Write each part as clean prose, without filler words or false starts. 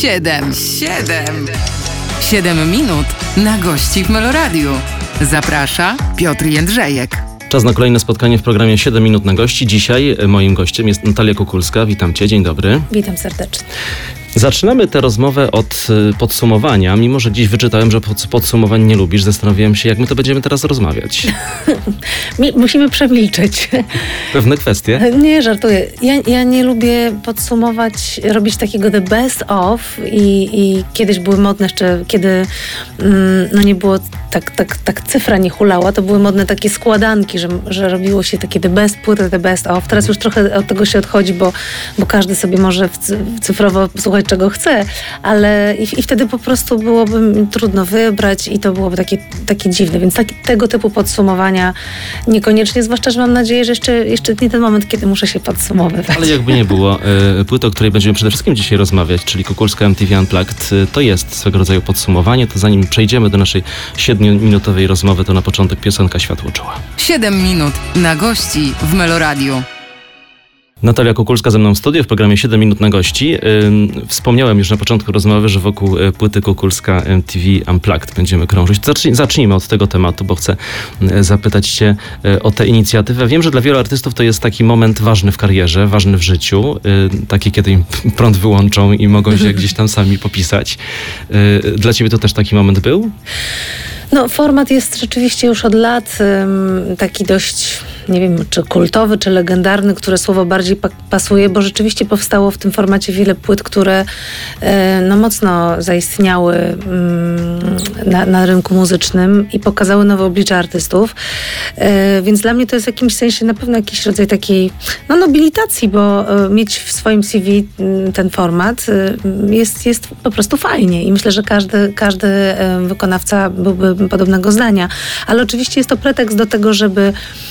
7 minut na gości w Meloradiu. Zaprasza Piotr Jędrzejek. Czas na kolejne spotkanie w programie 7 minut na gości. Dzisiaj moim gościem jest Natalia Kukulska. Witam Cię, dzień dobry. Witam serdecznie. Zaczynamy tę rozmowę od podsumowania. Mimo że dziś wyczytałem, że podsumowań nie lubisz, zastanawiałem się, jak my to będziemy teraz rozmawiać. Musimy przemilczeć. Pewne kwestie? Nie, żartuję. Ja nie lubię podsumować, robić takiego the best of i kiedyś były modne jeszcze, kiedy nie było tak cyfra nie hulała, to były modne takie składanki, że robiło się takie the best płyty, the best of. Teraz już trochę od tego się odchodzi, bo każdy sobie może cyfrowo słuchać czego chce, ale i wtedy po prostu byłoby mi trudno wybrać i to byłoby takie dziwne, więc tego typu podsumowania niekoniecznie, zwłaszcza, że mam nadzieję, że jeszcze nie ten moment, kiedy muszę się podsumowywać. Ale jakby nie było, płyta, o której będziemy przede wszystkim dzisiaj rozmawiać, czyli Kukulska MTV Unplugged, to jest swego rodzaju podsumowanie, to zanim przejdziemy do naszej 7-minutowej rozmowy, to na początek piosenka Światło czuła. 7 minut na gości w Meloradiu. Natalia Kukulska ze mną w studiu w programie 7 minut na gości. Wspomniałem już na początku rozmowy, że wokół płyty Kukulska MTV Unplugged będziemy krążyć. Zacznijmy od tego tematu, bo chcę zapytać Cię o tę inicjatywę. Wiem, że dla wielu artystów to jest taki moment ważny w karierze, ważny w życiu. Taki, kiedy im prąd wyłączą i mogą się gdzieś tam sami popisać. Dla Ciebie to też taki moment był? No, format jest rzeczywiście już od lat taki dość, nie wiem, czy kultowy, czy legendarny, które słowo bardziej pasuje, bo rzeczywiście powstało w tym formacie wiele płyt, które mocno zaistniały na rynku muzycznym i pokazały nowe oblicza artystów. Więc dla mnie to jest w jakimś sensie na pewno jakiś rodzaj takiej nobilitacji, bo mieć w swoim CV ten format jest po prostu fajnie i myślę, że każdy wykonawca byłby podobnego zdania. Ale oczywiście jest to pretekst do tego, żeby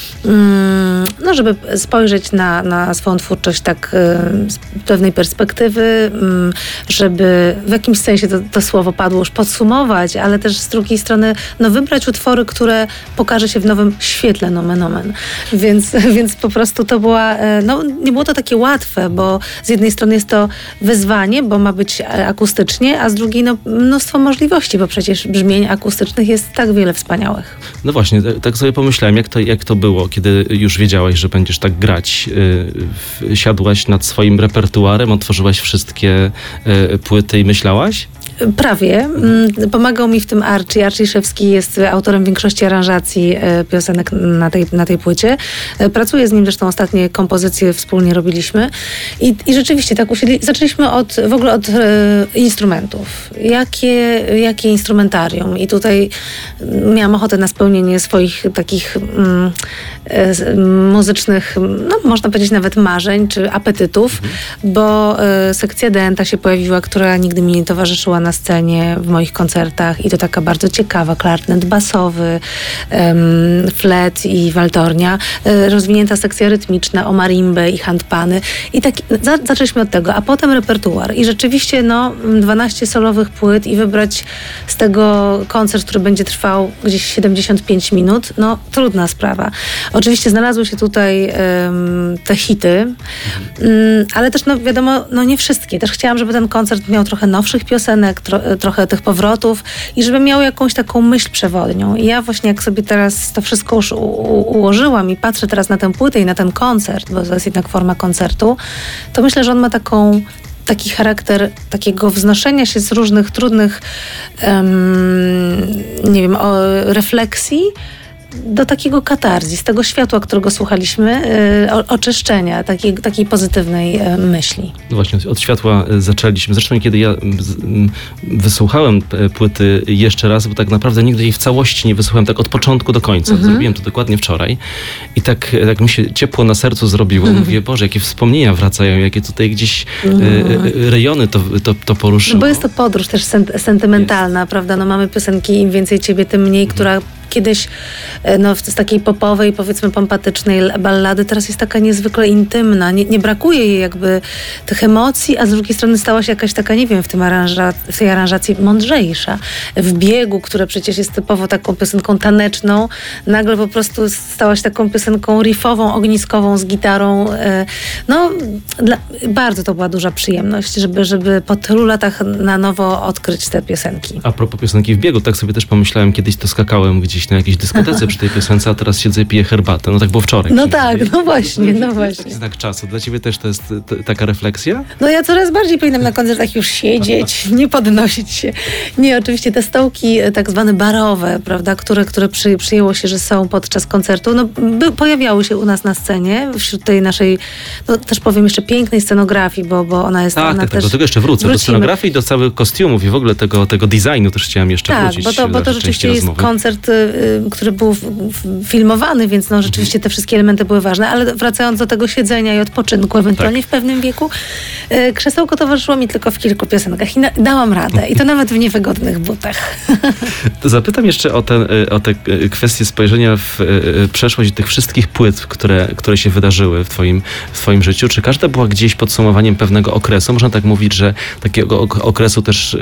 spojrzeć na swoją twórczość tak z pewnej perspektywy, żeby w jakimś sensie to słowo padło już podsumować, ale też z drugiej strony wybrać utwory, które pokaże się w nowym świetle nomen omen. Więc po prostu to była, nie było to takie łatwe, bo z jednej strony jest to wyzwanie, bo ma być akustycznie, a z drugiej mnóstwo możliwości, bo przecież brzmień akustycznych jest tak wiele wspaniałych. No właśnie, tak sobie pomyślałem, jak to było, kiedy już wiedziałaś, że będziesz tak grać. Siadłaś nad swoim repertuarem, otworzyłaś wszystkie płyty i myślałaś? Prawie. Pomagał mi w tym Archie. Archie Szewski jest autorem większości aranżacji piosenek na tej płycie. Pracuję z nim, zresztą ostatnie kompozycje wspólnie robiliśmy. I rzeczywiście tak zaczęliśmy w ogóle od instrumentów. Jakie instrumentarium? I tutaj miałam ochotę na spełnienie swoich takich muzycznych, można powiedzieć nawet marzeń, czy apetytów, bo sekcja Denta się pojawiła, która nigdy mi nie towarzyszyła na scenie w moich koncertach i to taka bardzo ciekawa, klarnet basowy, flet i waltornia, rozwinięta sekcja rytmiczna o marimbę i handpany i tak zaczęliśmy od tego, a potem repertuar i rzeczywiście 12 solowych płyt i wybrać z tego koncert, który będzie trwał gdzieś 75 minut, trudna sprawa. Oczywiście znalazły się tutaj te hity, ale też wiadomo, nie wszystkie. Też chciałam, żeby ten koncert miał trochę nowszych piosenek, trochę tych powrotów i żeby miał jakąś taką myśl przewodnią. I ja właśnie jak sobie teraz to wszystko już ułożyłam i patrzę teraz na tę płytę i na ten koncert, bo to jest jednak forma koncertu, to myślę, że on ma taki charakter takiego wznoszenia się z różnych trudnych refleksji do takiego katarzji, z tego światła, którego słuchaliśmy, oczyszczenia, takiej pozytywnej myśli. No właśnie, od światła zaczęliśmy. Zresztą kiedy ja wysłuchałem płyty jeszcze raz, bo tak naprawdę nigdy jej w całości nie wysłuchałem, tak od początku do końca. Zrobiłem to dokładnie wczoraj i tak mi się ciepło na sercu zrobiło. Mówię, Boże, jakie wspomnienia wracają, jakie tutaj gdzieś rejony to poruszyło. Bo jest to podróż też sentymentalna, prawda? Mamy piosenki Im więcej ciebie, tym mniej, która kiedyś z takiej popowej, powiedzmy pompatycznej ballady, teraz jest taka niezwykle intymna. Nie brakuje jej jakby tych emocji, a z drugiej strony stała się jakaś taka, nie wiem, w tej aranżacji mądrzejsza. W biegu, które przecież jest typowo taką piosenką taneczną, nagle po prostu stała się taką piosenką riffową, ogniskową z gitarą. Bardzo to była duża przyjemność, żeby po tylu latach na nowo odkryć te piosenki. A propos piosenki w biegu, tak sobie też pomyślałem, kiedyś to skakałem gdzieś na jakiejś dyskotece przy tej piosence, a teraz siedzę i piję herbatę. No tak było wczoraj. No tak, no właśnie. Znak czasu. Dla ciebie też to jest taka refleksja? No ja coraz bardziej powinnam na koncertach już siedzieć, nie podnosić się. Nie, oczywiście te stołki tak zwane barowe, prawda, które przyjęło się, że są podczas koncertu, pojawiały się u nas na scenie, wśród tej naszej, też powiem jeszcze pięknej scenografii, bo ona jest... Tak, też do tego jeszcze wrócę. Do scenografii, do całych kostiumów i w ogóle tego designu też chciałem jeszcze wrócić. Bo to rzeczywiście jest koncert, który był filmowany, więc rzeczywiście te wszystkie elementy były ważne, ale wracając do tego siedzenia i odpoczynku, ewentualnie w pewnym wieku, krzesełko towarzyszyło mi tylko w kilku piosenkach i dałam radę. I to nawet w niewygodnych butach. To zapytam jeszcze o te kwestie spojrzenia w przeszłość tych wszystkich płyt, które się wydarzyły w twoim życiu. Czy każda była gdzieś podsumowaniem pewnego okresu? Można tak mówić, że takiego okresu też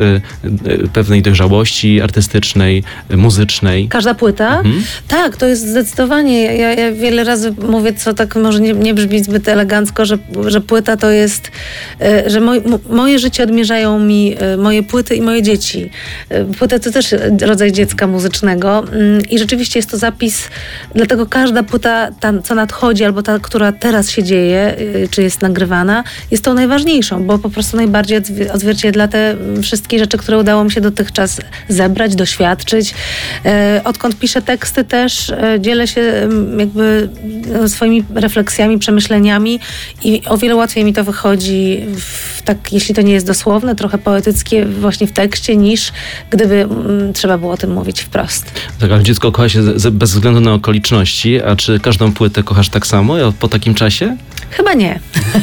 pewnej dojrzałości artystycznej, muzycznej. Każda płyta? Tak, to jest zdecydowanie. Ja wiele razy mówię, co tak może nie brzmi zbyt elegancko, że płyta to jest, że moje życie odmierzają mi moje płyty i moje dzieci. Płyta to też rodzaj dziecka muzycznego i rzeczywiście jest to zapis, dlatego każda płyta, ta, co nadchodzi, albo ta, która teraz się dzieje, czy jest nagrywana, jest tą najważniejszą, bo po prostu najbardziej odzwierciedla te wszystkie rzeczy, które udało mi się dotychczas zebrać, doświadczyć. Odkąd piszę teksty też dzielę się jakby swoimi refleksjami, przemyśleniami i o wiele łatwiej mi to wychodzi jeśli to nie jest dosłowne, trochę poetyckie właśnie w tekście, niż gdyby trzeba było o tym mówić wprost. Tak, ale dziecko kocha się bez względu na okoliczności, a czy każdą płytę kochasz tak samo po takim czasie? Chyba nie.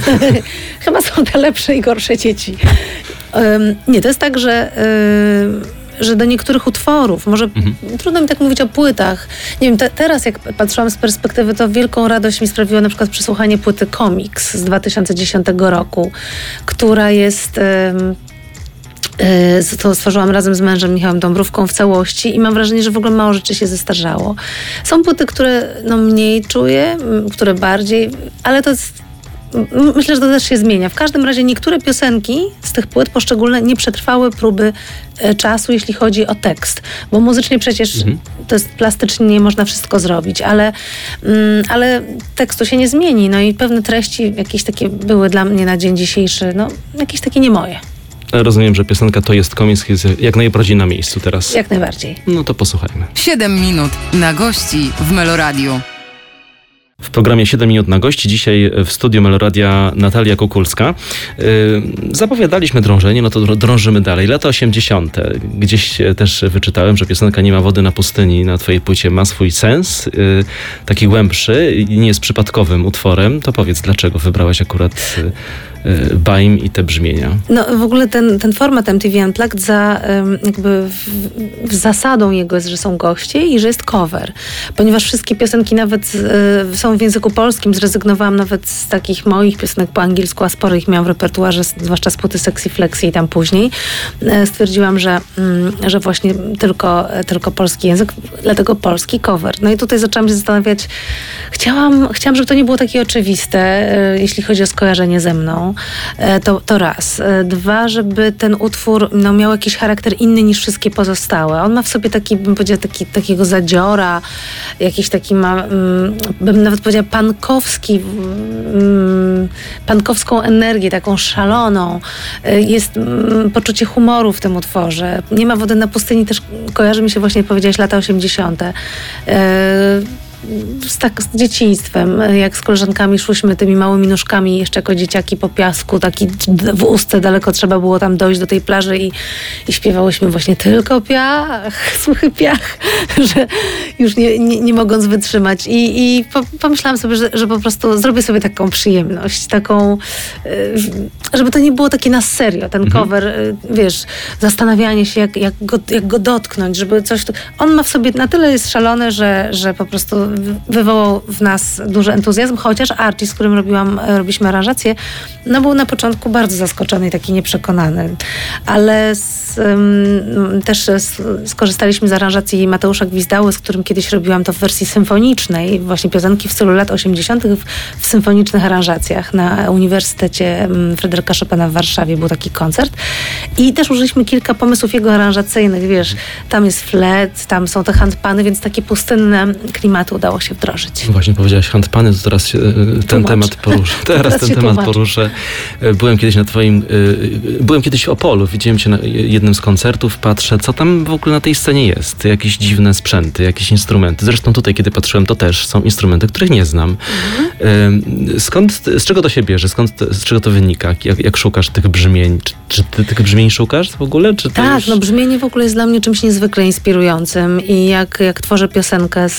Chyba są te lepsze i gorsze dzieci. Nie, to jest tak, że do niektórych utworów, może trudno mi tak mówić o płytach. Nie wiem, teraz jak patrzyłam z perspektywy, to wielką radość mi sprawiło na przykład przesłuchanie płyty Komiks z 2010 roku, która jest... To stworzyłam razem z mężem Michałem Dąbrówką w całości i mam wrażenie, że w ogóle mało rzeczy się zestarzało. Są płyty, które mniej czuję, które bardziej, ale to jest... Myślę, że to też się zmienia. W każdym razie niektóre piosenki z tych płyt poszczególne nie przetrwały próby czasu, jeśli chodzi o tekst. Bo muzycznie przecież to jest plastycznie, nie można wszystko zrobić, ale tekstu się nie zmieni. No i pewne treści jakieś takie były dla mnie na dzień dzisiejszy, jakieś takie nie moje. Rozumiem, że piosenka To jest Komiks jest jak najbardziej na miejscu teraz. Jak najbardziej. No to posłuchajmy. 7 minut na gości w Meloradiu. W programie 7 minut na gości. Dzisiaj w studiu Meloradia Natalia Kukulska. Zapowiadaliśmy drążenie, no to drążymy dalej. Lata 80. Gdzieś też wyczytałem, że piosenka Nie ma wody na pustyni na twojej płycie ma swój sens, taki głębszy i nie jest przypadkowym utworem. To powiedz, dlaczego wybrałaś akurat Baim i te brzmienia? No w ogóle ten format MTV Unplugged jakby zasadą jego jest, że są goście i że jest cover. Ponieważ wszystkie piosenki nawet są w języku polskim, zrezygnowałam nawet z takich moich piosenek po angielsku, a sporo ich miałam w repertuarze, zwłaszcza z płyty Sexy Flexi i tam później. Stwierdziłam, że właśnie tylko polski język, dlatego polski cover. No i tutaj zaczęłam się zastanawiać, chciałam, żeby to nie było takie oczywiste, jeśli chodzi o skojarzenie ze mną. To raz. Dwa, żeby ten utwór miał jakiś charakter inny niż wszystkie pozostałe. On ma w sobie taki, bym powiedziała, takiego zadziora, jakiś taki ma, bym nawet powiedziała, pankowską energię, taką szaloną. Jest poczucie humoru w tym utworze. Nie ma wody na pustyni też kojarzy mi się właśnie, jak powiedziałaś, lata 80. z dzieciństwem, jak z koleżankami szłyśmy tymi małymi nóżkami jeszcze jako dzieciaki po piasku, taki w ustce daleko trzeba było tam dojść do tej plaży i śpiewałyśmy właśnie tylko piach, suchy piach, że już nie mogąc wytrzymać. I pomyślałam sobie, że po prostu zrobię sobie taką przyjemność, taką, żeby to nie było takie na serio, ten cover, wiesz, zastanawianie się, jak go dotknąć, żeby coś... On ma w sobie, na tyle jest szalony, że po prostu wywołał w nas duży entuzjazm, chociaż Archie, z którym robiliśmy aranżację, no był na początku bardzo zaskoczony i taki nieprzekonany. Ale też skorzystaliśmy z aranżacji Mateusza Gwizdały, z którym kiedyś robiłam to w wersji symfonicznej, właśnie piosenki w stylu lat 80. w symfonicznych aranżacjach na Uniwersytecie Fryderyka Chopina w Warszawie był taki koncert. I też użyliśmy kilka pomysłów jego aranżacyjnych, wiesz, tam jest flet, tam są te handpany, więc takie pustynne klimaty udało się wdrożyć. Właśnie powiedziałaś handpany, to teraz się ten temat poruszę. Teraz ten temat poruszę. Byłem kiedyś w Opolu, widziałem cię na jednym z koncertów, patrzę, co tam w ogóle na tej scenie jest. Jakieś dziwne sprzęty, jakieś instrumenty. Zresztą tutaj, kiedy patrzyłem, to też są instrumenty, których nie znam. Z czego to się bierze? Z czego to wynika? Jak szukasz tych brzmień? Czy ty tych brzmień szukasz w ogóle? Czy tak, już... no brzmienie w ogóle jest dla mnie czymś niezwykle inspirującym i jak tworzę piosenkę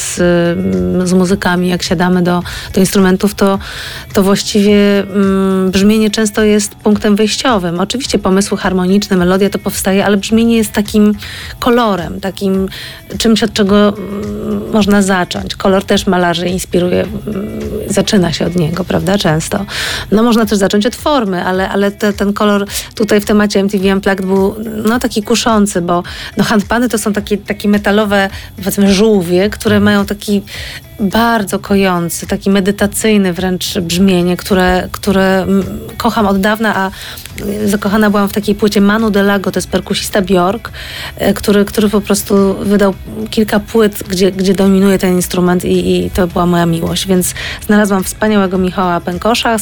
z muzykami, jak siadamy do instrumentów, to właściwie brzmienie często jest punktem wyjściowym. Oczywiście pomysły harmoniczne, melodia to powstaje, ale brzmienie jest takim kolorem, takim czymś, od czego można zacząć. Kolor też malarzy inspiruje, zaczyna się od niego, prawda, często. No można też zacząć od formy, ale ten kolor tutaj w temacie MTV Unplugged był taki kuszący, bo handpany to są takie metalowe, powiedzmy, żółwie, które mają taki bardzo kojący, taki medytacyjny wręcz brzmienie, które kocham od dawna, a zakochana byłam w takiej płycie Manu Delago, to jest perkusista Bjork, który po prostu wydał kilka płyt, gdzie dominuje ten instrument i to była moja miłość, więc znalazłam wspaniałego Michała Pękosza,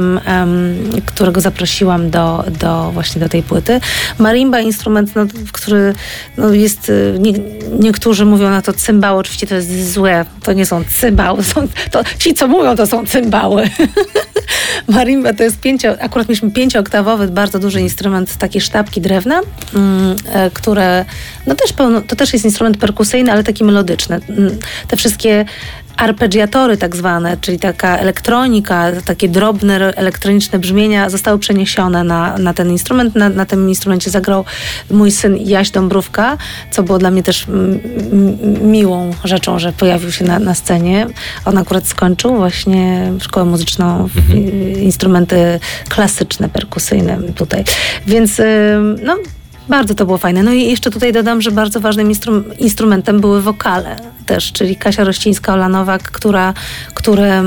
którego zaprosiłam właśnie do tej płyty. Marimba, instrument, który jest, niektórzy mówią na to cymbały, oczywiście to jest złe, to nie są cymbały, ci co mówią, to są cymbały. Marimba to jest akurat mieliśmy 5-oktawowy, bardzo duży instrument, takie sztabki drewna, które, to też jest instrument perkusyjny, ale taki melodyczny. Te wszystkie arpeggiatory tak zwane, czyli taka elektronika, takie drobne elektroniczne brzmienia zostały przeniesione na ten instrument. Na tym instrumencie zagrał mój syn Jaś Dąbrówka, co było dla mnie też miłą rzeczą, że pojawił się na scenie. On akurat skończył właśnie szkołę muzyczną, instrumenty klasyczne, perkusyjne tutaj. Więc bardzo to było fajne. No i jeszcze tutaj dodam, że bardzo ważnym instrumentem były wokale też, czyli Kasia Rościńska-Olanowa, które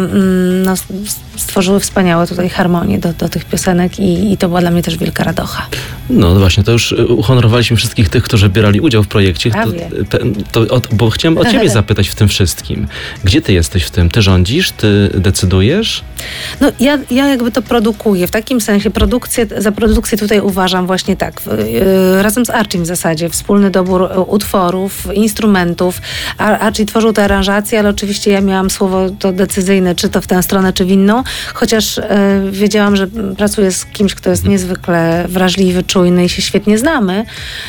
stworzyły wspaniałe tutaj harmonie do tych piosenek i to była dla mnie też wielka radocha. No właśnie, to już uhonorowaliśmy wszystkich tych, którzy bierali udział w projekcie. Bo chciałem o ciebie zapytać w tym wszystkim. Gdzie ty jesteś w tym? Ty rządzisz? Ty decydujesz? No ja jakby to produkuję. W takim sensie za produkcję tutaj uważam właśnie tak. Razem z Archiem w zasadzie. Wspólny dobór utworów, instrumentów. Archie tworzył te aranżacje, ale oczywiście ja miałam słowo to decyzyjne, czy to w tę stronę, czy w inną. Chociaż wiedziałam, że pracuję z kimś, kto jest niezwykle wrażliwy, czujny i się świetnie znamy.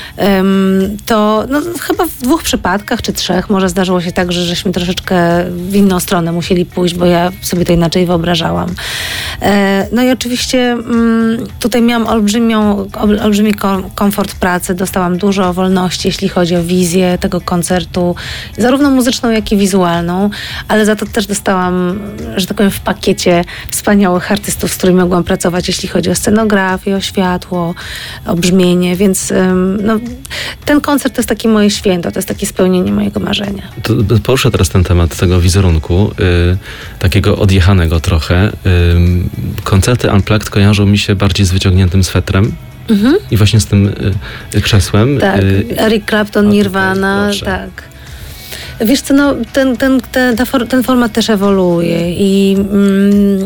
To chyba w 2 przypadkach, czy 3 może zdarzyło się tak, że żeśmy troszeczkę w inną stronę musieli pójść, bo ja sobie to inaczej wyobrażałam. No i oczywiście tutaj miałam olbrzymi komfort pracy. Dostałam dużo wolności, jeśli chodzi o wizję tego koncertu, zarówno muzyczną, jak i wizualną, ale za to też dostałam, że tak powiem, w pakiecie wspaniałych artystów, z którymi mogłam pracować, jeśli chodzi o scenografię, o światło, o brzmienie, więc ten koncert to jest takie moje święto, to jest takie spełnienie mojego marzenia. To poruszę teraz ten temat tego wizerunku, takiego odjechanego trochę. Koncerty Unplugged kojarzą mi się bardziej z wyciągniętym swetrem. I właśnie z tym krzesłem. Tak, Eric Clapton, Nirvana, tak. Wiesz co, ten format też ewoluuje i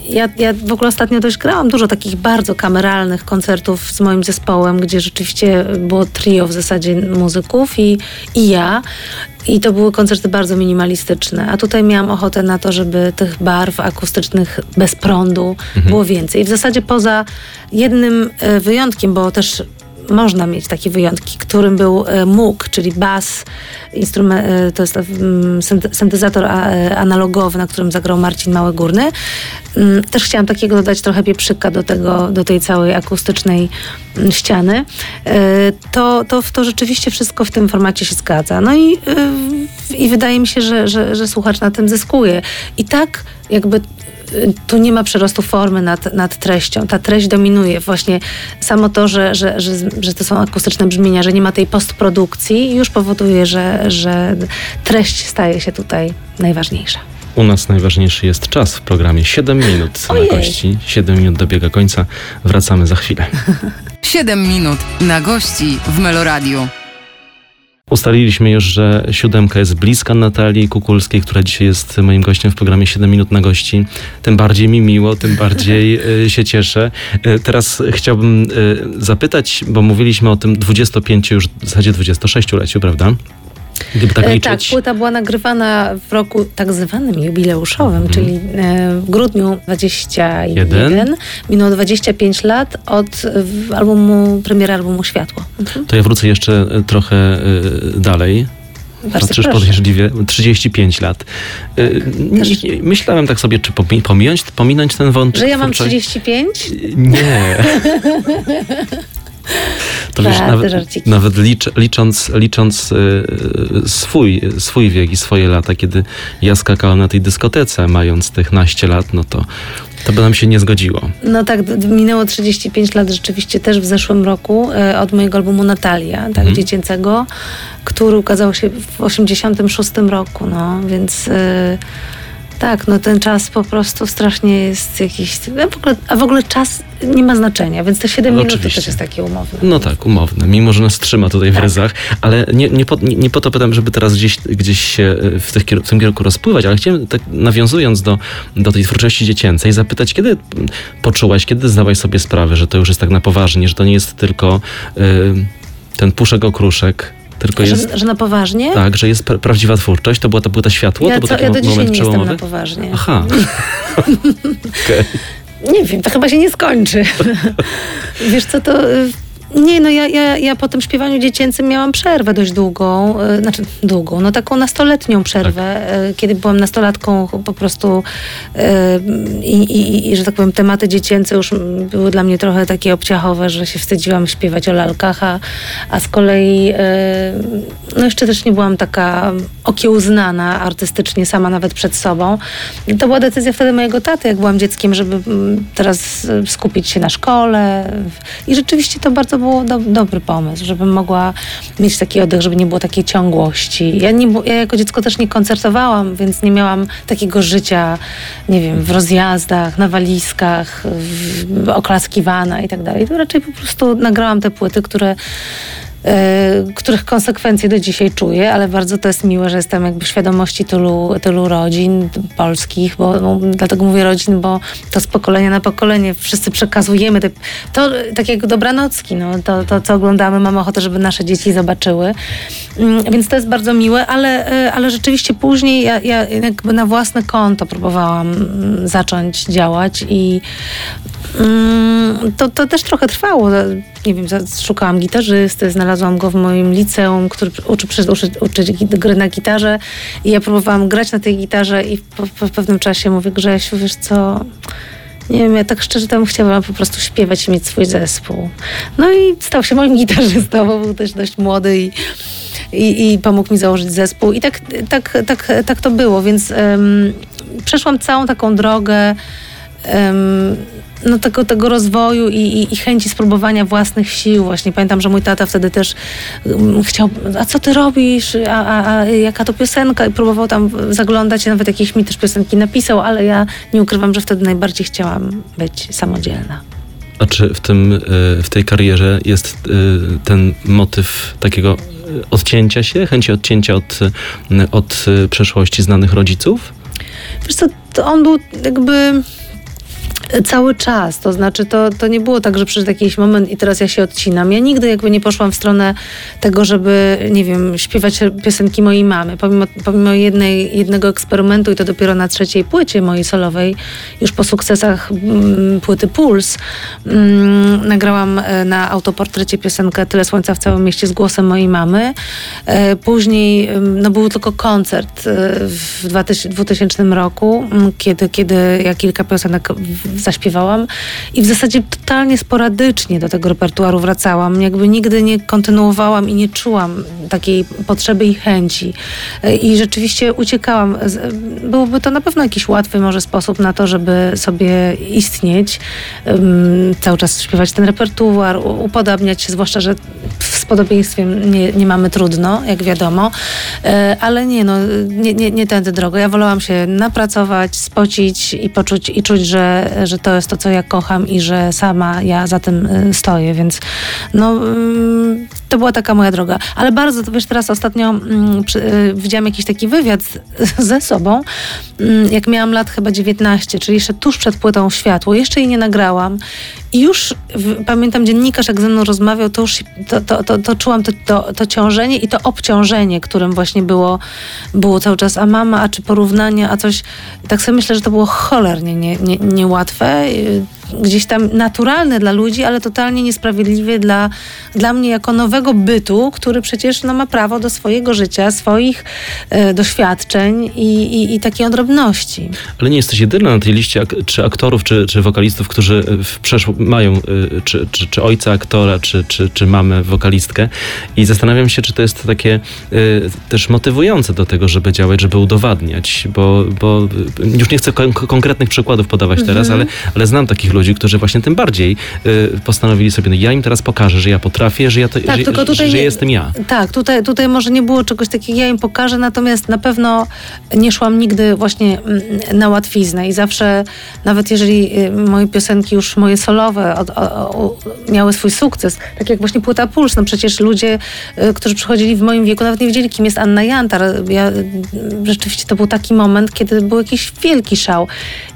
Ja w ogóle ostatnio dość grałam dużo takich bardzo kameralnych koncertów z moim zespołem, gdzie rzeczywiście było trio w zasadzie muzyków i ja. I to były koncerty bardzo minimalistyczne. A tutaj miałam ochotę na to, żeby tych barw akustycznych bez prądu było więcej. I w zasadzie poza jednym wyjątkiem, bo też można mieć takie wyjątki, którym był Moog, czyli bas, instrument, to jest syntezator analogowy, na którym zagrał Marcin Mały-Górny. Też chciałam takiego dodać trochę pieprzyka do tej całej akustycznej ściany. To rzeczywiście wszystko w tym formacie się zgadza. No i wydaje mi się, że słuchacz na tym zyskuje. I tak jakby tu nie ma przerostu formy nad treścią. Ta treść dominuje. Właśnie samo to, że to są akustyczne brzmienia, że nie ma tej postprodukcji, już powoduje, że treść staje się tutaj najważniejsza. U nas najważniejszy jest czas w programie. 7 minut na gości. 7 minut dobiega końca. Wracamy za chwilę. 7 minut na gości w Meloradiu. Ustaliliśmy już, że 7 jest bliska Natalii Kukulskiej, która dzisiaj jest moim gościem w programie 7 minut na gości. Tym bardziej mi miło, tym bardziej się cieszę. Teraz chciałbym zapytać, bo mówiliśmy o tym 25, już w zasadzie 26-leciu, prawda? Gdyby tak liczyć. Tak, płyta była nagrywana w roku tak zwanym jubileuszowym, czyli w grudniu 21. Minęło 25 lat od premiery albumu Światło. To ja wrócę jeszcze trochę dalej. Patrzysz podejrzliwie, 35 lat. Myślałem tak sobie, czy pominąć ten wątek. Że ja mam 35? Nie. To wiesz, nawet licząc swój wiek i swoje lata, kiedy ja skakałem na tej dyskotece, mając tych naście lat, no to by nam się nie zgodziło. No tak, minęło 35 lat rzeczywiście też w zeszłym roku od mojego albumu Natalia, tak, dziecięcego, który ukazał się w 86 roku, no, więc... Tak, no ten czas po prostu strasznie jest jakiś... A w ogóle czas nie ma znaczenia, więc te 7 minut to też jest takie umowne. No tak, umowne, mimo że nas trzyma tutaj w ryzach, ale nie po to pytam, żeby teraz gdzieś się w tym kierunku rozpływać, ale chciałem, tak nawiązując do tej twórczości dziecięcej, zapytać, kiedy poczułaś, kiedy zdałaś sobie sprawę, że to już jest tak na poważnie, że to nie jest tylko ten puszek okruszek, tylko że na poważnie? Tak, że jest prawdziwa twórczość. To była ta płyta Światło? Ja to był taki do dzisiaj moment nie przełomowy? jestem na poważnie. Aha. Okay. Nie wiem, to chyba się nie skończy. Wiesz co, to... Nie, no ja po tym śpiewaniu dziecięcym miałam przerwę dość długą, no taką nastoletnią przerwę, kiedy byłam nastolatką po prostu i że tak powiem, tematy dziecięce już były dla mnie trochę takie obciachowe, że się wstydziłam śpiewać o lalkach, a z kolei no jeszcze też nie byłam taka okiełznana artystycznie, sama nawet przed sobą. To była decyzja wtedy mojego taty, jak byłam dzieckiem, żeby teraz skupić się na szkole i rzeczywiście to bardzo był dobry pomysł, żebym mogła mieć taki oddech, żeby nie było takiej ciągłości. Ja jako dziecko też nie koncertowałam, więc nie miałam takiego życia, nie wiem, w rozjazdach, na walizkach, oklaskiwana i tak dalej. To raczej po prostu nagrałam te płyty, których konsekwencje do dzisiaj czuję, ale bardzo to jest miłe, że jestem jakby w świadomości tylu rodzin polskich, bo dlatego mówię rodzin, bo to z pokolenia na pokolenie wszyscy przekazujemy to tak jak dobranocki, no, to co oglądamy, mamy ochotę, żeby nasze dzieci zobaczyły. Więc to jest bardzo miłe, ale rzeczywiście później ja jakby na własne konto próbowałam zacząć działać i to też trochę trwało. Nie wiem, szukałam gitarzysty, znalazłam go w moim liceum, który uczy gry na gitarze i ja próbowałam grać na tej gitarze i po pewnym czasie mówię: Grzesiu, wiesz co, nie wiem, ja tak szczerze tam chciałam po prostu śpiewać i mieć swój zespół. No i stał się moim gitarzystą, bo był też dość młody i pomógł mi założyć zespół i tak to było, więc przeszłam całą taką drogę no tego rozwoju i chęci spróbowania własnych sił. Właśnie pamiętam, że mój tata wtedy też chciał: a co ty robisz? A jaka to piosenka? I próbował tam zaglądać, nawet jakieś mi też piosenki napisał, ale ja nie ukrywam, że wtedy najbardziej chciałam być samodzielna. A czy w tej karierze jest ten motyw takiego odcięcia się, chęci odcięcia od przeszłości znanych rodziców? Wiesz co, to on był jakby... Cały czas, to znaczy to nie było tak, że przyszedł jakiś moment i teraz ja się odcinam. Ja nigdy jakby nie poszłam w stronę tego, żeby, nie wiem, śpiewać piosenki mojej mamy. Pomimo jednego eksperymentu i to dopiero na 3. płycie mojej solowej, już po sukcesach płyty Puls, nagrałam na autoportrecie piosenkę Tyle słońca w całym mieście z głosem mojej mamy. Później był tylko koncert w 2000 roku, kiedy ja kilka piosenek zaśpiewałam i w zasadzie totalnie sporadycznie do tego repertuaru wracałam. Jakby nigdy nie kontynuowałam i nie czułam takiej potrzeby i chęci. I rzeczywiście uciekałam. Byłby to na pewno jakiś łatwy może sposób na to, żeby sobie istnieć. Cały czas śpiewać ten repertuar, upodabniać się, zwłaszcza, że z podobieństwem nie mamy trudno, jak wiadomo. Ale nie tędy drogo. Ja wolałam się napracować, spocić i poczuć i czuć, że to jest to, co ja kocham i że sama ja za tym stoję, więc to była taka moja droga. Ale bardzo, wiesz, teraz ostatnio widziałam jakiś taki wywiad ze sobą, jak miałam lat chyba 19, czyli jeszcze tuż przed płytą Światło. Jeszcze jej nie nagrałam i już pamiętam dziennikarz, jak ze mną rozmawiał, to już to czułam to ciążenie i to obciążenie, którym właśnie było cały czas, a mama, a czy porównania, a coś. Tak sobie myślę, że to było cholernie niełatwe. Gdzieś tam naturalne dla ludzi, ale totalnie niesprawiedliwe dla mnie jako nowego bytu, który przecież ma prawo do swojego życia, swoich doświadczeń i takiej odrębności. Ale nie jesteś jedyna na tej liście czy aktorów, czy wokalistów, którzy mają czy ojca aktora, czy mamę wokalistkę i zastanawiam się, czy to jest takie też motywujące do tego, żeby działać, żeby udowadniać, bo już nie chcę konkretnych przykładów podawać teraz, ale znam takich ludzi, którzy właśnie tym bardziej postanowili sobie, ja im teraz pokażę, że ja potrafię, że jestem ja. Tak, tutaj może nie było czegoś takiego, ja im pokażę, natomiast na pewno nie szłam nigdy właśnie na łatwiznę i zawsze, nawet jeżeli moje piosenki już moje solowe miały swój sukces, tak jak właśnie płyta Puls, przecież ludzie, którzy przychodzili w moim wieku, nawet nie wiedzieli, kim jest Anna Jantar. Rzeczywiście to był taki moment, kiedy był jakiś wielki szał.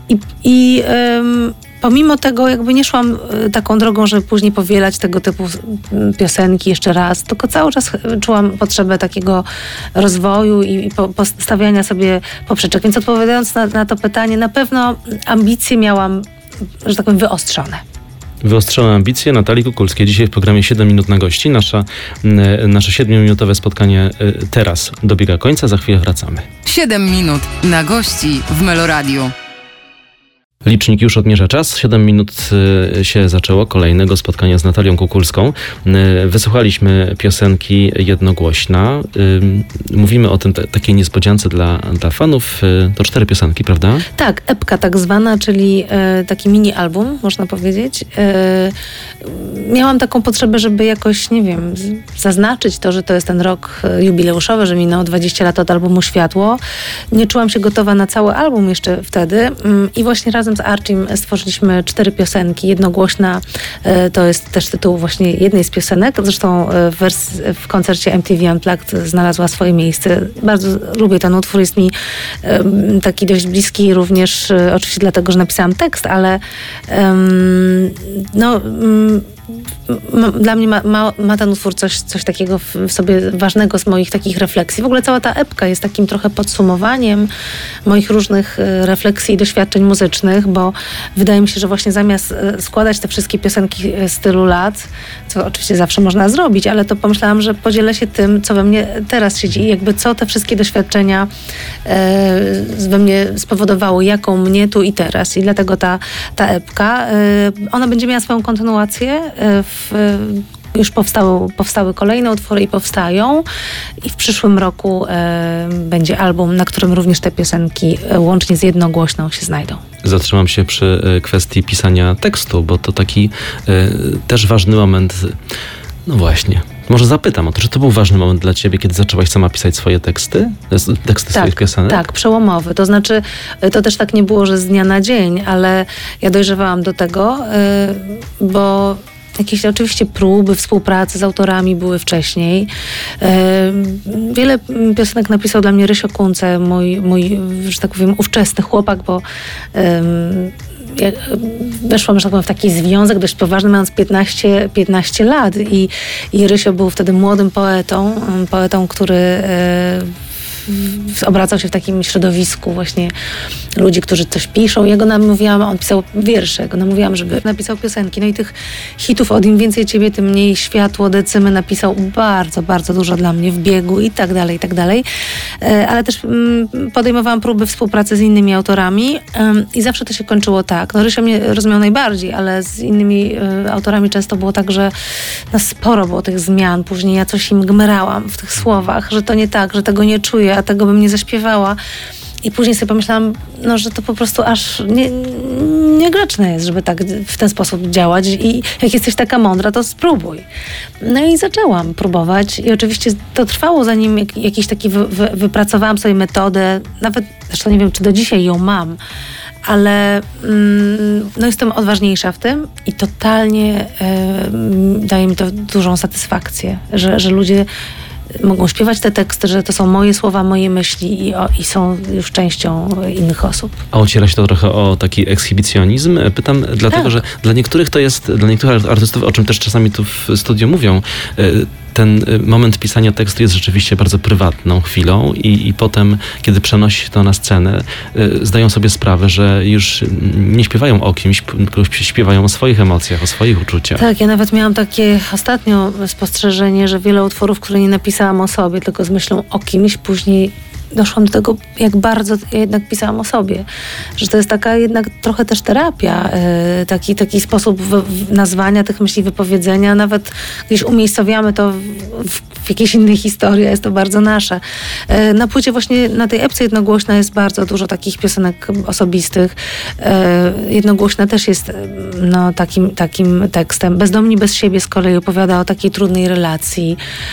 Pomimo tego jakby nie szłam taką drogą, żeby później powielać tego typu piosenki jeszcze raz, tylko cały czas czułam potrzebę takiego rozwoju i postawiania sobie poprzeczek. Więc odpowiadając na to pytanie, na pewno ambicje miałam, że tak powiem, wyostrzone. Wyostrzone ambicje Natalii Kukulskiej. Dzisiaj w programie 7 minut na gości. Nasze 7-minutowe spotkanie teraz dobiega końca. Za chwilę wracamy. 7 minut na gości w Meloradiu. Licznik już odmierza czas. 7 minut się zaczęło kolejnego spotkania z Natalią Kukulską. Wysłuchaliśmy piosenki Jednogłośna. Mówimy o tym takiej niespodziance dla fanów. To 4 piosenki, prawda? Tak, epka tak zwana, czyli taki mini album, można powiedzieć. Miałam taką potrzebę, żeby jakoś, nie wiem, zaznaczyć to, że to jest ten rok jubileuszowy, że minęło 20 lat od albumu Światło. Nie czułam się gotowa na cały album jeszcze wtedy i właśnie razem z Archim stworzyliśmy 4 piosenki. Jednogłośna to jest też tytuł właśnie jednej z piosenek. Zresztą w koncercie MTV Unplugged znalazła swoje miejsce. Bardzo lubię ten utwór. Jest mi taki dość bliski również oczywiście dlatego, że napisałam tekst, ale dla mnie ma ten utwór coś takiego w sobie ważnego z moich takich refleksji. W ogóle cała ta epka jest takim trochę podsumowaniem moich różnych refleksji i doświadczeń muzycznych, bo wydaje mi się, że właśnie zamiast składać te wszystkie piosenki z tylu lat, co oczywiście zawsze można zrobić, ale to pomyślałam, że podzielę się tym, co we mnie teraz siedzi i jakby co te wszystkie doświadczenia we mnie spowodowały, jaką mnie tu i teraz. I dlatego ta epka, ona będzie miała swoją kontynuację. Już powstały kolejne utwory i powstają. I w przyszłym roku będzie album, na którym również te piosenki łącznie z Jednogłośną się znajdą. Zatrzymam się przy kwestii pisania tekstu, bo to taki też ważny moment. No właśnie. Może zapytam o to, czy to był ważny moment dla ciebie, kiedy zaczęłaś sama pisać swoje teksty? Swoich piosenek? Tak, przełomowy. To znaczy, to też tak nie było, że z dnia na dzień, ale ja dojrzewałam do tego, bo jakieś oczywiście próby współpracy z autorami były wcześniej. Wiele piosenek napisał dla mnie Rysio Kunce, mój, że tak powiem, ówczesny chłopak, bo weszłam, że tak powiem, w taki związek dość poważny, mając 15 lat i Rysio był wtedy młodym poetą, który obracał się w takim środowisku właśnie ludzi, którzy coś piszą. Ja go namówiłam, on pisał wiersze, ja go namówiłam, żeby napisał piosenki. No i tych hitów od Im więcej ciebie, tym mniej światło, Decymy napisał bardzo, bardzo dużo dla mnie w biegu i tak dalej, i tak dalej. Ale też podejmowałam próby współpracy z innymi autorami i zawsze to się kończyło tak. No Rysio mnie rozumiał najbardziej, ale z innymi autorami często było tak, że sporo było tych zmian. Później ja coś im gmerałam w tych słowach, że to nie tak, że tego nie czuję, a tego bym nie zaśpiewała. I później sobie pomyślałam, że to po prostu aż niegrzeczne jest, żeby tak w ten sposób działać i jak jesteś taka mądra, to spróbuj. No i zaczęłam próbować i oczywiście to trwało, zanim jakiś taki wypracowałam sobie metodę, nawet zresztą nie wiem, czy do dzisiaj ją mam, ale jestem odważniejsza w tym i totalnie daje mi to dużą satysfakcję, że ludzie mogą śpiewać te teksty, że to są moje słowa, moje myśli i są już częścią innych osób. A ociera się to trochę o taki ekshibicjonizm? Pytam dlatego, że dla niektórych artystów, o czym też czasami tu w studiu mówią, ten moment pisania tekstu jest rzeczywiście bardzo prywatną chwilą i potem, kiedy przenosi się to na scenę, zdają sobie sprawę, że już nie śpiewają o kimś, tylko śpiewają o swoich emocjach, o swoich uczuciach. Tak, ja nawet miałam takie ostatnio spostrzeżenie, że wiele utworów, które nie napisałam o sobie, tylko z myślą o kimś, później doszłam do tego, jak bardzo ja jednak pisałam o sobie. Że to jest taka jednak trochę też terapia, taki sposób nazwania tych myśli, wypowiedzenia. Nawet gdzieś umiejscowiamy to w jakiejś innej historii, jest to bardzo nasze. Na płycie właśnie, na tej epce Jednogłośna jest bardzo dużo takich piosenek osobistych. Jednogłośna też jest takim tekstem. Bezdomni bez siebie z kolei opowiada o takiej trudnej relacji,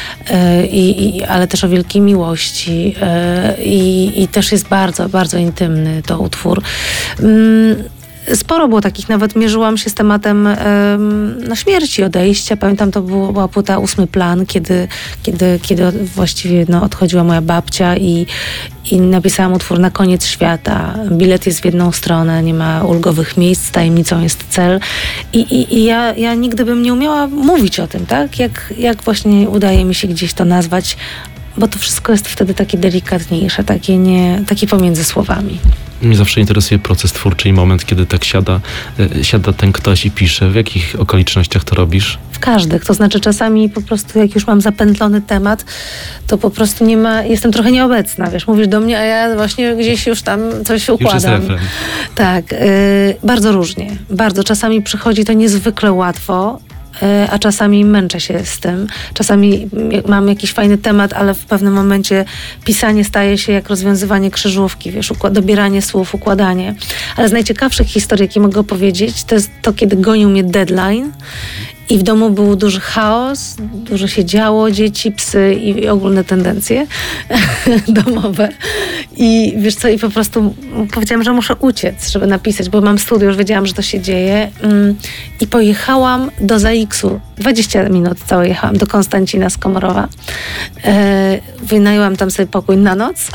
ale też o wielkiej miłości. I też jest bardzo, bardzo intymny to utwór. Sporo było takich, nawet mierzyłam się z tematem śmierci, odejścia. Pamiętam, to była płyta 8 plan, kiedy właściwie odchodziła moja babcia i napisałam utwór Na koniec świata. Bilet jest w jedną stronę, nie ma ulgowych miejsc, tajemnicą jest cel. I ja nigdy bym nie umiała mówić o tym, tak? Jak właśnie udaje mi się gdzieś to nazwać, bo to wszystko jest wtedy takie delikatniejsze, takie pomiędzy słowami. Mnie zawsze interesuje proces twórczy i moment, kiedy tak siada ten ktoś i pisze. W jakich okolicznościach to robisz? W każdych. To znaczy czasami po prostu jak już mam zapętlony temat, to po prostu jestem trochę nieobecna. Wiesz, mówisz do mnie, a ja właśnie gdzieś już tam coś układam. Już jest refren. Tak. Bardzo różnie. Bardzo. Czasami przychodzi to niezwykle łatwo, a czasami męczę się z tym. Czasami mam jakiś fajny temat, ale w pewnym momencie pisanie staje się jak rozwiązywanie krzyżówki, wiesz, dobieranie słów, układanie. Ale z najciekawszych historii, jakie mogę opowiedzieć, to jest to, kiedy gonił mnie deadline i w domu był duży chaos, dużo się działo, dzieci, psy i ogólne tendencje domowe. I wiesz co, i po prostu powiedziałam, że muszę uciec, żeby napisać, bo mam studio, już wiedziałam, że to się dzieje. I pojechałam do ZAX-u. 20 minut całe jechałam do Konstancina z Komorowa. Wynajęłam tam sobie pokój na noc,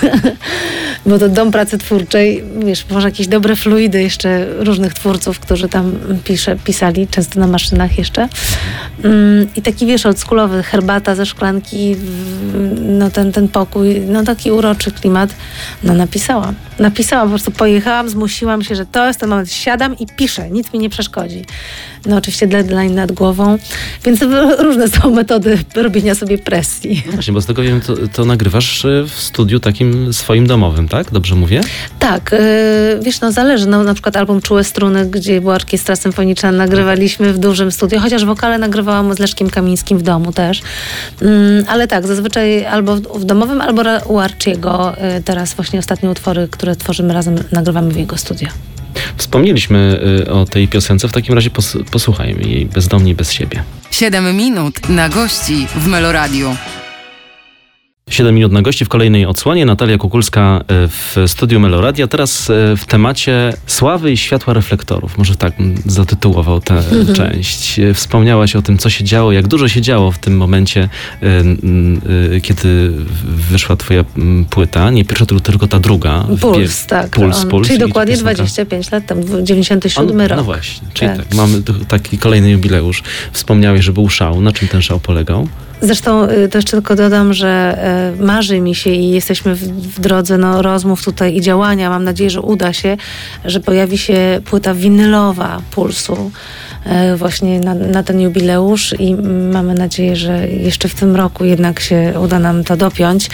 bo to dom pracy twórczej. Wiesz, może jakieś dobre fluidy jeszcze różnych twórców, którzy tam pisali, często na maszynach jeszcze. I taki, wiesz, oldschoolowy, herbata ze szklanki, ten pokój, taki uroczy klimat. Napisałam, po prostu pojechałam, zmusiłam się, że to jest ten moment, siadam i piszę, nic mi nie przeszkodzi. Oczywiście deadline nad głową, więc różne są metody robienia sobie presji. No właśnie, bo z tego wiem, to nagrywasz w studiu takim swoim domowym, tak? Dobrze mówię? Tak, wiesz, zależy. Na przykład album Czułe Struny, gdzie była orkiestra symfoniczna, nagrywaliśmy w dużym studiu, chociaż wokale nagrywałam z Leszkiem Kamińskim w domu też. Ale tak, zazwyczaj albo w domowym, albo u Archiego. Teraz właśnie ostatnie utwory, które tworzymy razem, nagrywamy w jego studio. Wspomnieliśmy o tej piosence, w takim razie posłuchajmy jej, Bezdomni bez siebie. 7 minut na gości w Meloradiu. 7 minut na gości w kolejnej odsłonie. Natalia Kukulska w studiu Meloradia. Teraz w temacie sławy i światła reflektorów. Może tak bym zatytułował tę część. Wspomniałaś o tym, co się działo, jak dużo się działo w tym momencie, kiedy wyszła twoja płyta. Nie pierwsza, tylko ta druga. Puls, tak. Puls. Czyli dokładnie 25 lat temu, 97 rok. No właśnie, czyli tak. Mamy taki kolejny jubileusz. Wspomniałeś, że był szał. Na czym ten szał polegał? Zresztą to jeszcze tylko dodam, że marzy mi się i jesteśmy w drodze rozmów tutaj i działania. Mam nadzieję, że uda się, że pojawi się płyta winylowa Pulsu właśnie na ten jubileusz i mamy nadzieję, że jeszcze w tym roku jednak się uda nam to dopiąć.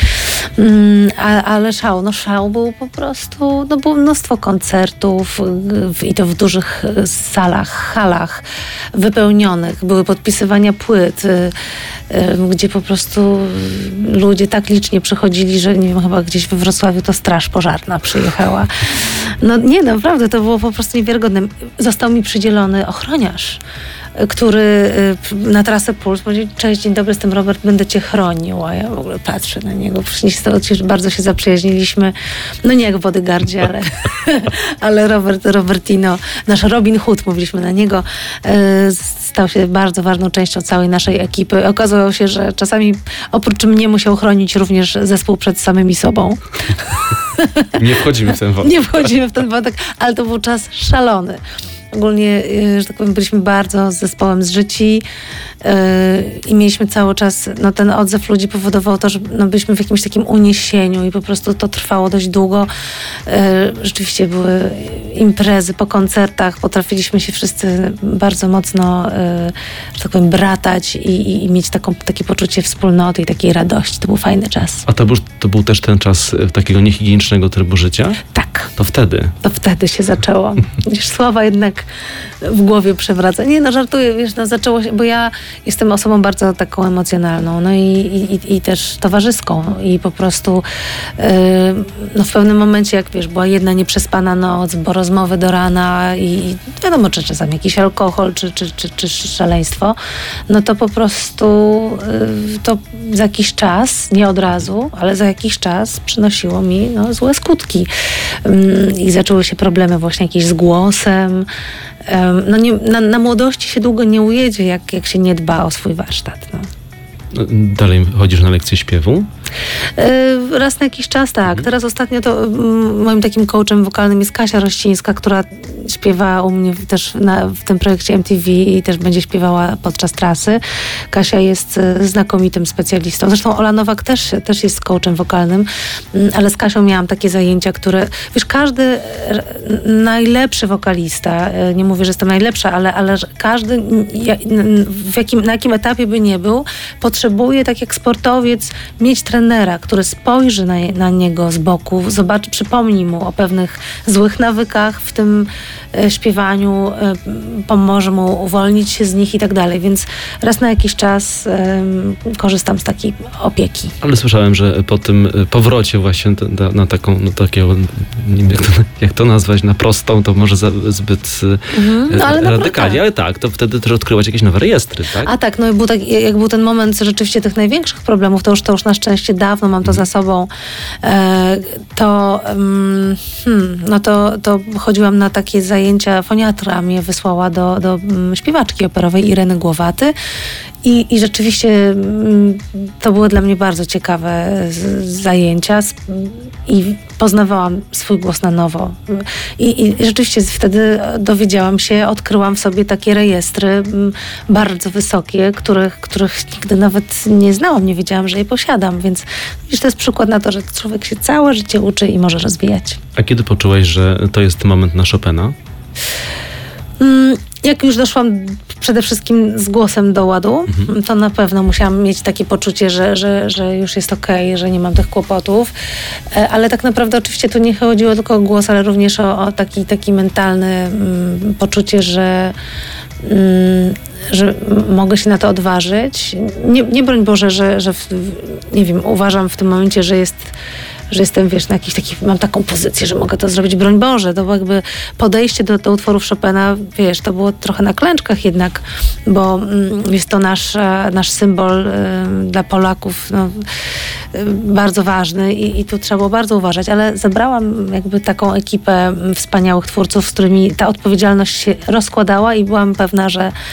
Ale szał był po prostu, było mnóstwo koncertów i to w dużych salach, halach wypełnionych. Były podpisywania płyt, gdzie po prostu ludzie tak licznie przychodzili, że nie wiem, chyba gdzieś we Wrocławiu to straż pożarna przyjechała. Naprawdę, to było po prostu niewiarygodne. Został mi przydzielony ochroniarz, który na trasę Puls powiedział: cześć, dzień dobry, jestem Robert, będę cię chronił. A ja w ogóle patrzę na niego. Bardzo się zaprzyjaźniliśmy. No nie jak w Bodyguardzie, ale Robertino, nasz Robin Hood, mówiliśmy na niego, stał się bardzo ważną częścią całej naszej ekipy. Okazało się, że czasami oprócz mnie musiał chronić również zespół przed samymi sobą. Nie wchodzimy w ten wątek. Nie wchodzimy w ten wątek, ale to był czas szalony. Ogólnie, że tak powiem, byliśmy bardzo z zespołem zżyci i mieliśmy cały czas, ten odzew ludzi powodował to, że byliśmy w jakimś takim uniesieniu i po prostu to trwało dość długo. Rzeczywiście były imprezy po koncertach, potrafiliśmy się wszyscy bardzo mocno, że tak powiem, bratać i mieć takie poczucie wspólnoty i takiej radości. To był fajny czas. A to był też ten czas takiego niehigienicznego trybu życia? Tak. To wtedy? To wtedy się zaczęło. Wiesz, sława jednak w głowie przewraca. Nie, żartuję, wiesz, zaczęło się, bo ja jestem osobą bardzo taką emocjonalną, i też towarzyską i po prostu w pewnym momencie, jak wiesz, była jedna nieprzespana noc, bo rozmowy do rana i wiadomo, czy czasami jakiś alkohol, czy szaleństwo, to po prostu to za jakiś czas, nie od razu, ale za jakiś czas przynosiło mi złe skutki. I zaczęły się problemy właśnie jakieś z głosem. Na młodości się długo nie ujedzie, jak się nie dba o swój warsztat. Dalej chodzisz na lekcje śpiewu? Raz na jakiś czas, tak. Teraz ostatnio to moim takim coachem wokalnym jest Kasia Rościńska, która śpiewa u mnie też w tym projekcie MTV i też będzie śpiewała podczas trasy. Kasia jest znakomitym specjalistą. Zresztą Ola Nowak też jest coachem wokalnym, ale z Kasią miałam takie zajęcia, które, wiesz, każdy najlepszy wokalista, nie mówię, że jestem najlepsza, ale każdy, na jakim etapie by nie był, potrzebuje, tak jak sportowiec, mieć trenera, który spojrzy na niego z boku, przypomni mu o pewnych złych nawykach w tym śpiewaniu, pomoże mu uwolnić się z nich i tak dalej. Więc raz na jakiś czas korzystam z takiej opieki. Ale słyszałem, że po tym powrocie właśnie na taką, takiego, nie wiem jak to nazwać, na prostą, to może zbyt radykalnie, ale tak, to wtedy też odkryłaś jakieś nowe rejestry, tak? A tak, jak był ten moment rzeczywiście tych największych problemów, to już na szczęście dawno mam to za sobą, to chodziłam na takie zajęcia, foniatra mnie wysłała do śpiewaczki operowej Ireny Głowaty i rzeczywiście to były dla mnie bardzo ciekawe zajęcia i poznawałam swój głos na nowo. I rzeczywiście wtedy dowiedziałam się, odkryłam w sobie takie rejestry bardzo wysokie, których nigdy nawet nie znałam, nie wiedziałam, że je posiadam, więc to jest przykład na to, że człowiek się całe życie uczy i może rozwijać. A kiedy poczułaś, że to jest moment na Chopina? Jak już doszłam przede wszystkim z głosem do ładu, to na pewno musiałam mieć takie poczucie, że już jest okej, że nie mam tych kłopotów. Ale tak naprawdę oczywiście tu nie chodziło tylko o głos, ale również o taki mentalny poczucie, że mogę się na to odważyć. Nie broń Boże, że nie wiem, uważam w tym momencie, że jestem, wiesz, na jakiś taki, mam taką pozycję, że mogę to zrobić, broń Boże. To było jakby podejście do utworów Chopina, wiesz, to było trochę na klęczkach jednak, bo jest to nasz symbol dla Polaków, bardzo ważny i tu trzeba było bardzo uważać, ale zebrałam jakby taką ekipę wspaniałych twórców, z którymi ta odpowiedzialność się rozkładała i byłam pewna,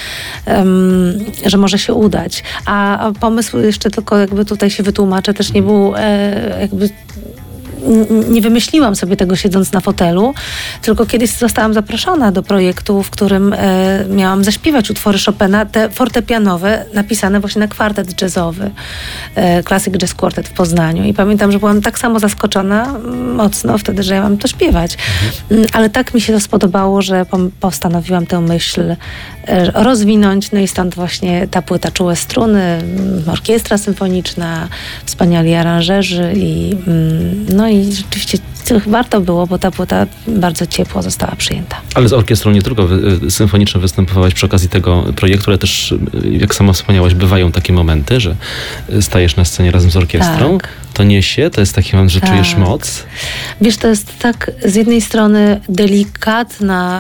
że może się udać. A pomysł jeszcze tylko jakby tutaj się wytłumaczę, też nie był jakby... Nie wymyśliłam sobie tego siedząc na fotelu, tylko kiedyś zostałam zaproszona do projektu, w którym miałam zaśpiewać utwory Chopina, te fortepianowe, napisane właśnie na kwartet jazzowy, Classic Jazz Quartet w Poznaniu. I pamiętam, że byłam tak samo zaskoczona mocno wtedy, że ja mam to śpiewać. Ale tak mi się to spodobało, że postanowiłam tę myśl rozwinąć, no i stąd właśnie ta płyta Czułe Struny, orkiestra symfoniczna, wspaniali aranżerzy i rzeczywiście warto było, bo ta płyta bardzo ciepło została przyjęta. Ale z orkiestrą nie tylko symfoniczną występowałaś przy okazji tego projektu, ale też, jak sama wspomniałaś, bywają takie momenty, że stajesz na scenie razem z orkiestrą. Tak. To niesie, to jest taki moment, że czujesz moc. Wiesz, to jest tak z jednej strony delikatna,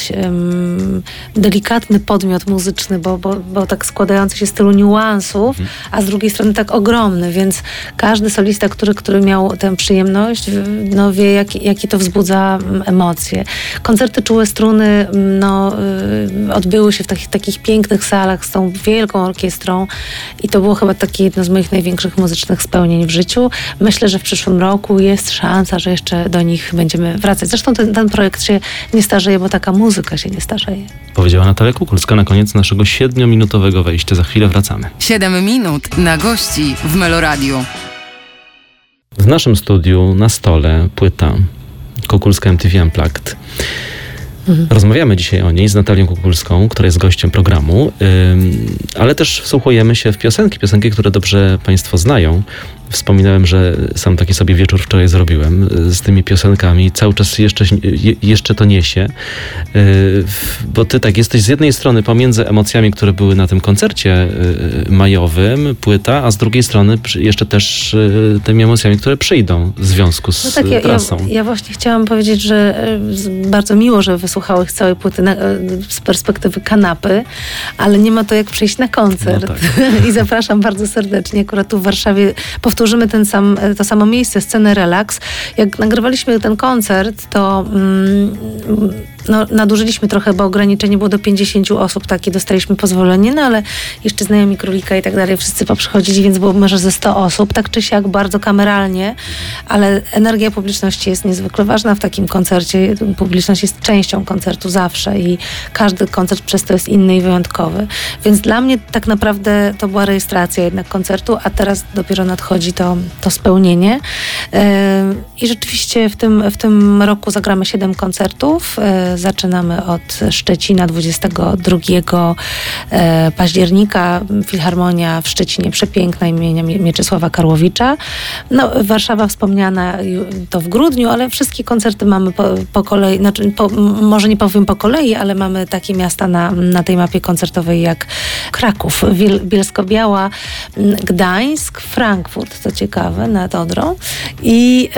delikatny podmiot muzyczny, bo tak składający się z tylu niuansów, a z drugiej strony tak ogromny, więc każdy solista, który miał tę przyjemność, wie, jakie to wzbudza emocje. Koncerty Czułe Struny odbyły się w takich pięknych salach z tą wielką orkiestrą i to było chyba takie jedno z moich największych muzycznych spełnień w życiu. Myślę, że w przyszłym roku jest szansa, że jeszcze do nich będziemy wracać. Zresztą ten projekt się nie starzeje, bo taka muzyka się nie starzeje. Powiedziała Natalia Kukulska na koniec naszego 7-minutowego wejścia. Za chwilę wracamy. 7 minut na gości w Meloradiu. W naszym studiu na stole płyta Kukulska MTV Unplugged. Rozmawiamy dzisiaj o niej z Natalią Kukulską, która jest gościem programu, ale też wsłuchujemy się w piosenki, które dobrze Państwo znają. Wspominałem, że sam taki sobie wieczór wczoraj zrobiłem z tymi piosenkami. Cały czas jeszcze to niesie. Bo ty tak jesteś z jednej strony pomiędzy emocjami, które były na tym koncercie majowym, płyta, a z drugiej strony jeszcze też tymi emocjami, które przyjdą w związku z trasą. Ja właśnie chciałam powiedzieć, że bardzo miło, że wysłuchałeś całej płyty z perspektywy kanapy, ale nie ma to jak przyjść na koncert. No tak. I zapraszam bardzo serdecznie. Akurat tu w Warszawie powtórzymy to samo miejsce, scenę Relax. Jak nagrywaliśmy ten koncert, to nadużyliśmy trochę, bo ograniczenie było do 50 osób, takie dostaliśmy pozwolenie, ale jeszcze znajomi Królika i tak dalej, wszyscy poprzychodzili, więc było może ze 100 osób, tak czy siak bardzo kameralnie, ale energia publiczności jest niezwykle ważna w takim koncercie. Publiczność jest częścią koncertu zawsze i każdy koncert przez to jest inny i wyjątkowy. Więc dla mnie tak naprawdę to była rejestracja jednak koncertu, a teraz dopiero nadchodzi to spełnienie. I rzeczywiście w tym roku zagramy 7 koncertów. Zaczynamy od Szczecina 22 października. Filharmonia w Szczecinie przepiękna imienia Mieczysława Karłowicza. Warszawa wspomniana to w grudniu, ale wszystkie koncerty mamy po kolei, może nie powiem po kolei, ale mamy takie miasta na tej mapie koncertowej jak Kraków, Bielsko-Biała, Gdańsk, Frankfurt, co ciekawe, nad Odrą i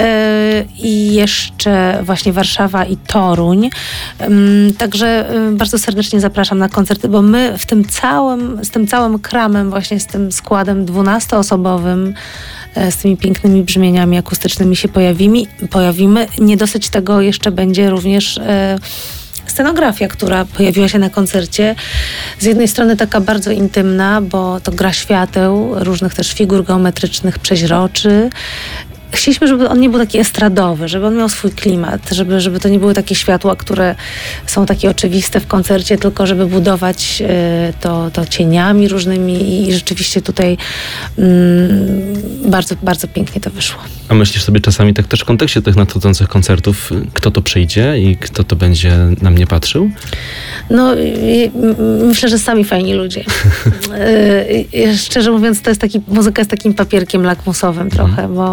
jeszcze właśnie Warszawa i Toruń. Także bardzo serdecznie zapraszam na koncerty, bo my z tym całym kramem, właśnie z tym składem 12-osobowym, z tymi pięknymi brzmieniami akustycznymi się pojawimy. Nie dosyć tego, jeszcze będzie również scenografia, która pojawiła się na koncercie. Z jednej strony taka bardzo intymna, bo to gra świateł, różnych też figur geometrycznych, przeźroczy. Chcieliśmy, żeby on nie był taki estradowy, żeby on miał swój klimat, żeby to nie były takie światła, które są takie oczywiste w koncercie, tylko żeby budować to cieniami różnymi i rzeczywiście tutaj bardzo, bardzo pięknie to wyszło. A myślisz sobie czasami tak też w kontekście tych nadchodzących koncertów, kto to przyjdzie i kto to będzie na mnie patrzył? Myślę, że sami fajni ludzie. Szczerze mówiąc, muzyka jest takim papierkiem lakmusowym trochę, bo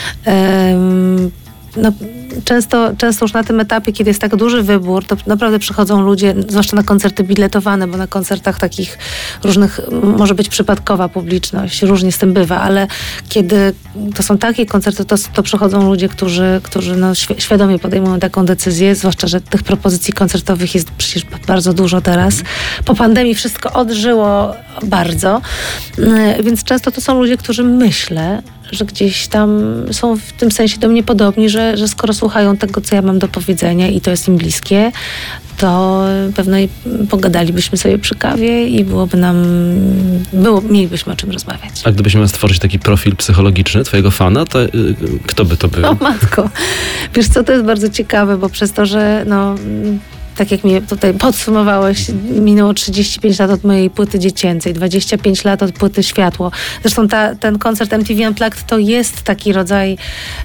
często już na tym etapie, kiedy jest tak duży wybór, to naprawdę przychodzą ludzie, zwłaszcza na koncerty biletowane, bo na koncertach takich różnych może być przypadkowa publiczność, różnie z tym bywa, ale kiedy to są takie koncerty, to przychodzą ludzie, którzy świadomie podejmują taką decyzję, zwłaszcza, że tych propozycji koncertowych jest przecież bardzo dużo teraz. Po pandemii wszystko odżyło bardzo, więc często to są ludzie, którzy myślę, że gdzieś tam są w tym sensie do mnie podobni, że skoro słuchają tego, co ja mam do powiedzenia i to jest im bliskie, to pewno pogadalibyśmy sobie przy kawie i mielibyśmy o czym rozmawiać. A gdybyśmy miał stworzyć taki profil psychologiczny twojego fana, to kto by to był? O matko. Wiesz co, to jest bardzo ciekawe, bo przez to, że tak jak mnie tutaj podsumowałeś, minęło 35 lat od mojej płyty dziecięcej, 25 lat od płyty Światło. Zresztą ten koncert MTV Unplugged to jest taki rodzaj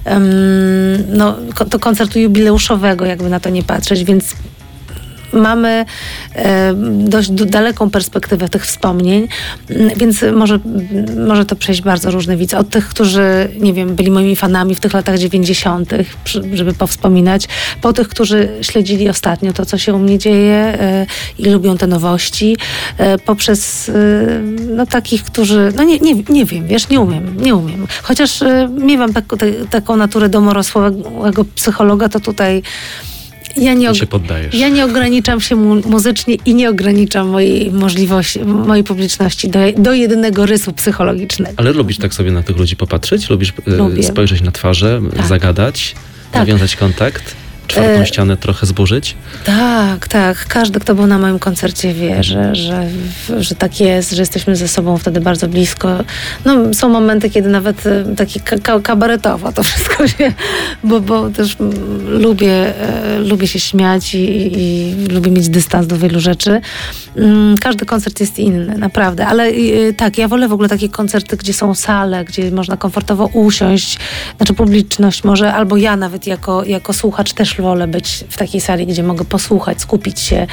to koncertu jubileuszowego, jakby na to nie patrzeć, więc mamy dość daleką perspektywę tych wspomnień, więc może to przejść bardzo różne widz. Od tych, którzy, nie wiem, byli moimi fanami w tych latach 90., żeby powspominać, po tych, którzy śledzili ostatnio to, co się u mnie dzieje i lubią te nowości, poprzez takich, którzy, nie wiem, wiesz, nie umiem. Chociaż miewam taką naturę domorosłego psychologa, to tutaj ja nie ograniczam się muzycznie i nie ograniczam mojej możliwości, mojej publiczności do jedynego rysu psychologicznego. Ale lubisz tak sobie na tych ludzi popatrzeć? Lubisz spojrzeć na twarze, zagadać, nawiązać kontakt? Czwartą ścianę trochę zburzyć? Tak. Każdy, kto był na moim koncercie, wie, że tak jest, że jesteśmy ze sobą wtedy bardzo blisko. Są momenty, kiedy nawet taki kabaretowo to wszystko się, bo też lubię się śmiać i lubię mieć dystans do wielu rzeczy. Każdy koncert jest inny, naprawdę. Ale tak, ja wolę w ogóle takie koncerty, gdzie są sale, gdzie można komfortowo usiąść, znaczy publiczność może, albo ja nawet jako słuchacz też wolę być w takiej sali, gdzie mogę posłuchać, skupić się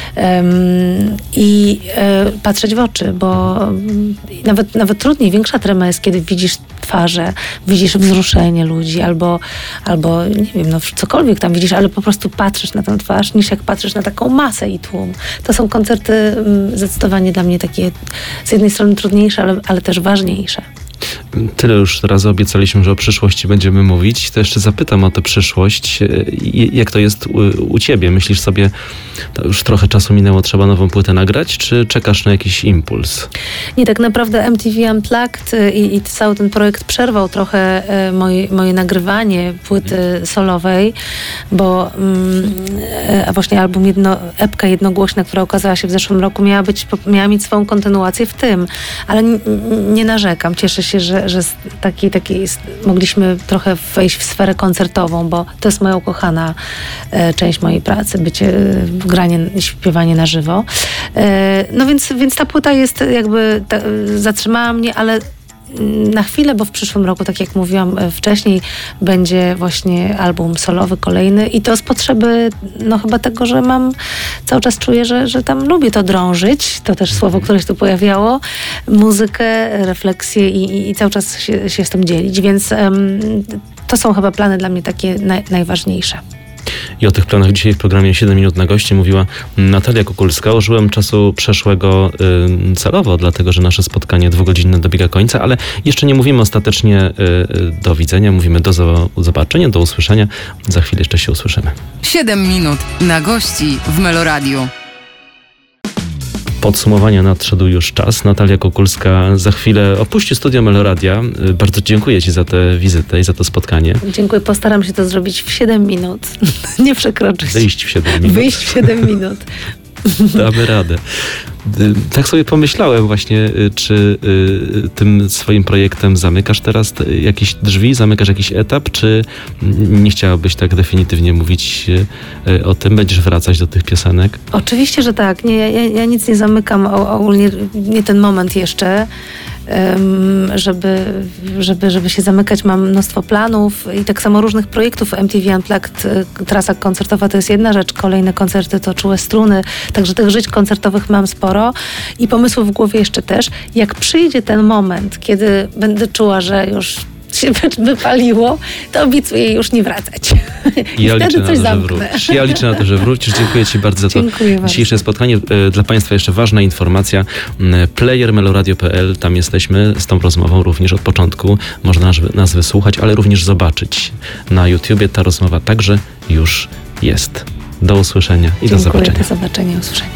i patrzeć w oczy, bo nawet trudniej, większa trema jest, kiedy widzisz twarze, widzisz wzruszenie ludzi albo nie wiem, cokolwiek tam widzisz, ale po prostu patrzysz na tę twarz, niż jak patrzysz na taką masę i tłum. To są koncerty zdecydowanie dla mnie takie z jednej strony trudniejsze, ale też ważniejsze. Tyle już razy obiecaliśmy, że o przyszłości będziemy mówić. To jeszcze zapytam o tę przyszłość. Jak to jest u ciebie? Myślisz sobie, to już trochę czasu minęło, trzeba nową płytę nagrać, czy czekasz na jakiś impuls? Nie, tak naprawdę MTV Unplugged i cały ten projekt przerwał trochę moje nagrywanie płyty solowej, bo właśnie album epka jednogłośna, która ukazała się w zeszłym roku, miała mieć swoją kontynuację w tym, ale nie narzekam. Cieszę się, że mogliśmy trochę wejść w sferę koncertową, bo to jest moja ukochana część mojej pracy, granie, śpiewanie na żywo. Więc ta płyta jest zatrzymała mnie, ale na chwilę, bo w przyszłym roku, tak jak mówiłam wcześniej, będzie właśnie album solowy kolejny i to z potrzeby chyba tego, że cały czas czuję, że tam lubię to drążyć, to też słowo, które się tu pojawiało, muzykę, refleksję i cały czas się z tym dzielić, więc to są chyba plany dla mnie takie najważniejsze. I o tych planach dzisiaj w programie 7 minut na gości mówiła Natalia Kukulska. Użyłem czasu przeszłego celowo, dlatego że nasze spotkanie 2-godzinne dobiega końca, ale jeszcze nie mówimy ostatecznie do widzenia, mówimy do zobaczenia, do usłyszenia. Za chwilę jeszcze się usłyszymy. 7 minut na gości w Meloradiu. Podsumowania nadszedł już czas. Natalia Kukulska za chwilę opuści studio Meloradia. Bardzo dziękuję ci za tę wizytę i za to spotkanie. Dziękuję. Postaram się to zrobić w 7 minut. Nie przekroczyć. Wyjść w 7 minut. Wyjść w 7 minut. Damy radę. Tak sobie pomyślałem właśnie, czy tym swoim projektem zamykasz teraz jakieś drzwi, zamykasz jakiś etap, czy nie chciałabyś tak definitywnie mówić o tym? Będziesz wracać do tych piosenek? Oczywiście, że tak. Nie, ja nic nie zamykam, ogólnie nie ten moment jeszcze. Żeby się zamykać. Mam mnóstwo planów i tak samo różnych projektów. MTV Unplugged, trasa koncertowa to jest jedna rzecz, kolejne koncerty to Czułe Struny, także tych żyć koncertowych mam sporo i pomysłów w głowie jeszcze też. Jak przyjdzie ten moment, kiedy będę czuła, że już się wypaliło, to obiecuję już nie wracać. I wtedy coś zamknę. Ja liczę na to, że wrócisz. Dziękuję ci bardzo za to dzisiejsze spotkanie. Dla Państwa jeszcze ważna informacja. Player meloradio.pl, tam jesteśmy z tą rozmową również od początku. Można nas wysłuchać, ale również zobaczyć. Na YouTubie ta rozmowa także już jest. Do usłyszenia i do zobaczenia. Do zobaczenia, usłyszenia.